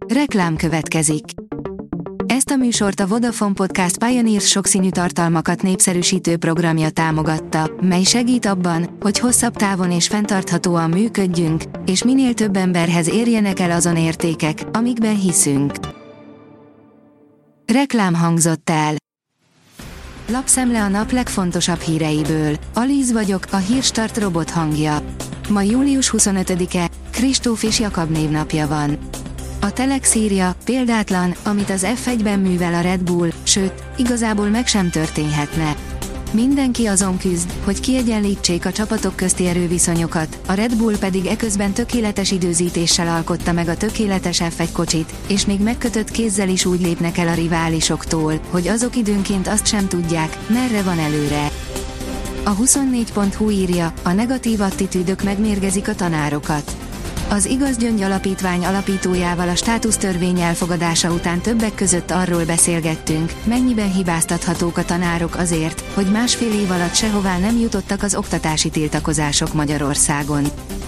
Reklám következik. Ezt a műsort a Vodafone Podcast Pioneers sokszínű tartalmakat népszerűsítő programja támogatta, mely segít abban, hogy hosszabb távon és fenntarthatóan működjünk, és minél több emberhez érjenek el azon értékek, amikben hiszünk. Reklám hangzott el. Lapszemle a nap legfontosabb híreiből. Alíz vagyok, a Hírstart robot hangja. Ma július 25-e, Kristóf és Jakab névnapja van. A Telex írja, példátlan, amit az F1-ben művel a Red Bull, sőt, igazából meg sem történhetne. Mindenki azon küzd, hogy kiegyenlítsék a csapatok közti erőviszonyokat, a Red Bull pedig eközben tökéletes időzítéssel alkotta meg a tökéletes F1 kocsit, és még megkötött kézzel is úgy lépnek el a riválisoktól, hogy azok időnként azt sem tudják, merre van előre. A 24.hu írja, a negatív attitűdök megmérgezik a tanárokat. Az Igaz Gyöngy Alapítvány alapítójával a státusztörvény elfogadása után többek között arról beszélgettünk, mennyiben hibáztathatók a tanárok azért, hogy másfél év alatt sehová nem jutottak az oktatási tiltakozások Magyarországon.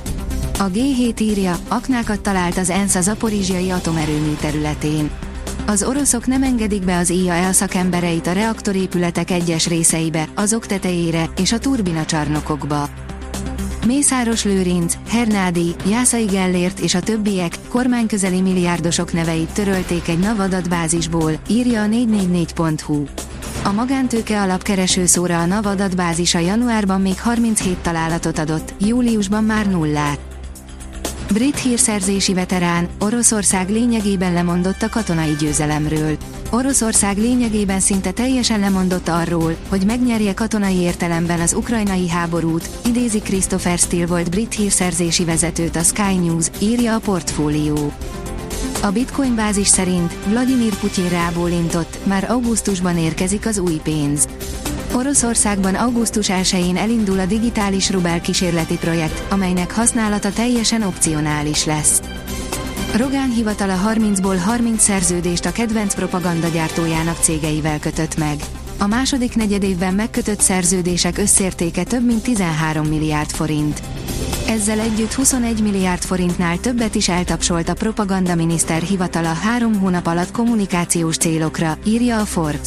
A G7 írja, aknákat talált az ENSZ a zaporizsjai atomerőmű területén. Az oroszok nem engedik be az IAEA szakembereit a reaktorépületek egyes részeibe, azok tetejére és a turbinacsarnokokba. Mészáros Lőrinc, Hernádi, Jászai Gellért és a többiek kormányközeli milliárdosok neveit törölték egy NAV adatbázisból, írja a 444.hu. A magántőke alapkeresőszóra a NAV adatbázisa januárban még 37 találatot adott, júliusban már nullát. Brit hírszerzési veterán, Oroszország lényegében lemondott a katonai győzelemről. Oroszország lényegében szinte teljesen lemondott arról, hogy megnyerje katonai értelemben az ukrajnai háborút, idézi Christopher Steele volt brit hírszerzési vezetőt a Sky News, írja a Portfólió. A Bitcoin bázis szerint Vladimir Putyin rábólintott, már augusztusban érkezik az új pénz. Oroszországban augusztus 1-én elindul a digitális rubel kísérleti projekt, amelynek használata teljesen opcionális lesz. Rogán hivatala 30-ból 30 szerződést a kedvenc propagandagyártójának cégeivel kötött meg. A második negyedévben megkötött szerződések összértéke több mint 13 milliárd forint. Ezzel együtt 21 milliárd forintnál többet is eltapsolt a propagandaminiszter hivatala 3 hónap alatt kommunikációs célokra, írja a Forbes.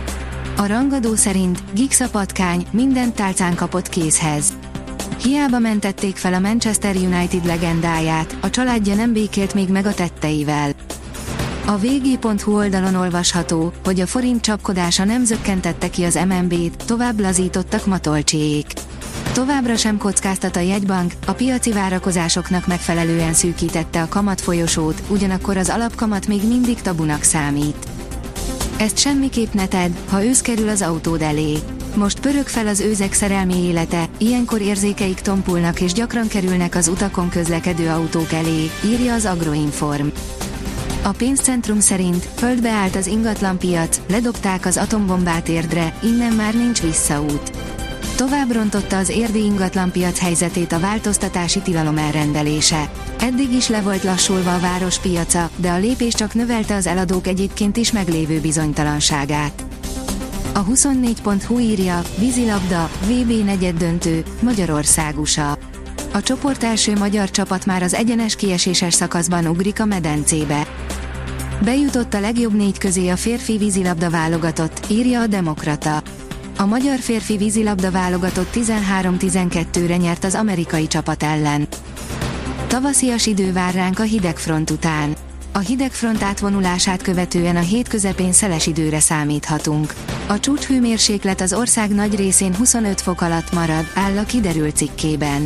A rangadó szerint Giggs a patkány, mindent tálcán kapott kézhez. Hiába mentették fel a Manchester United legendáját, a családja nem békélt még meg a tetteivel. A vg.hu oldalon olvasható, hogy a forint csapkodása nem zökkentette ki az MNB-t, tovább lazítottak Matolcsiék. Továbbra sem kockáztat a jegybank, a piaci várakozásoknak megfelelően szűkítette a kamatfolyosót, ugyanakkor az alapkamat még mindig tabunak számít. Ezt semmiképp ne tedd, ha ősz kerül az autód elé. Most pörög fel az őzek szerelmi élete, ilyenkor érzékeik tompulnak és gyakran kerülnek az utakon közlekedő autók elé, írja az Agroinform. A pénzcentrum szerint földbe állt az ingatlanpiac, ledobták az atombombát Érdre, innen már nincs visszaút. Tovább rontotta az érdi ingatlanpiac helyzetét a változtatási tilalom elrendelése. Eddig is le volt lassulva a város piaca, de a lépés csak növelte az eladók egyébként is meglévő bizonytalanságát. A 24.hu írja, vízilabda, VB negyeddöntő, Magyarország USA. A csoport első magyar csapat már az egyenes kieséses szakaszban ugrik a medencébe. Bejutott a legjobb 4 közé a férfi vízilabda válogatott, írja a Demokrata. A magyar férfi vízilabda válogatott 13-12-re nyert az amerikai csapat ellen. Tavaszias idő vár ránk a hidegfront után. A hidegfront átvonulását követően a hét közepén szeles időre számíthatunk. A csúcshőmérséklet az ország nagy részén 25 fok alatt marad, áll a kiderült cikkében.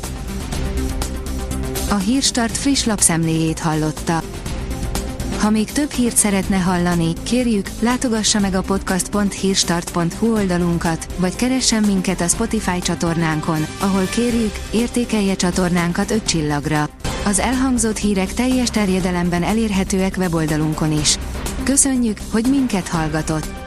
A Hírstart friss lapszemléjét hallotta. Ha még több hírt szeretne hallani, kérjük, látogassa meg a podcast.hírstart.hu oldalunkat, vagy keressen minket a Spotify csatornánkon, ahol kérjük, értékelje csatornánkat 5 csillagra. Az elhangzott hírek teljes terjedelemben elérhetőek weboldalunkon is. Köszönjük, hogy minket hallgatott!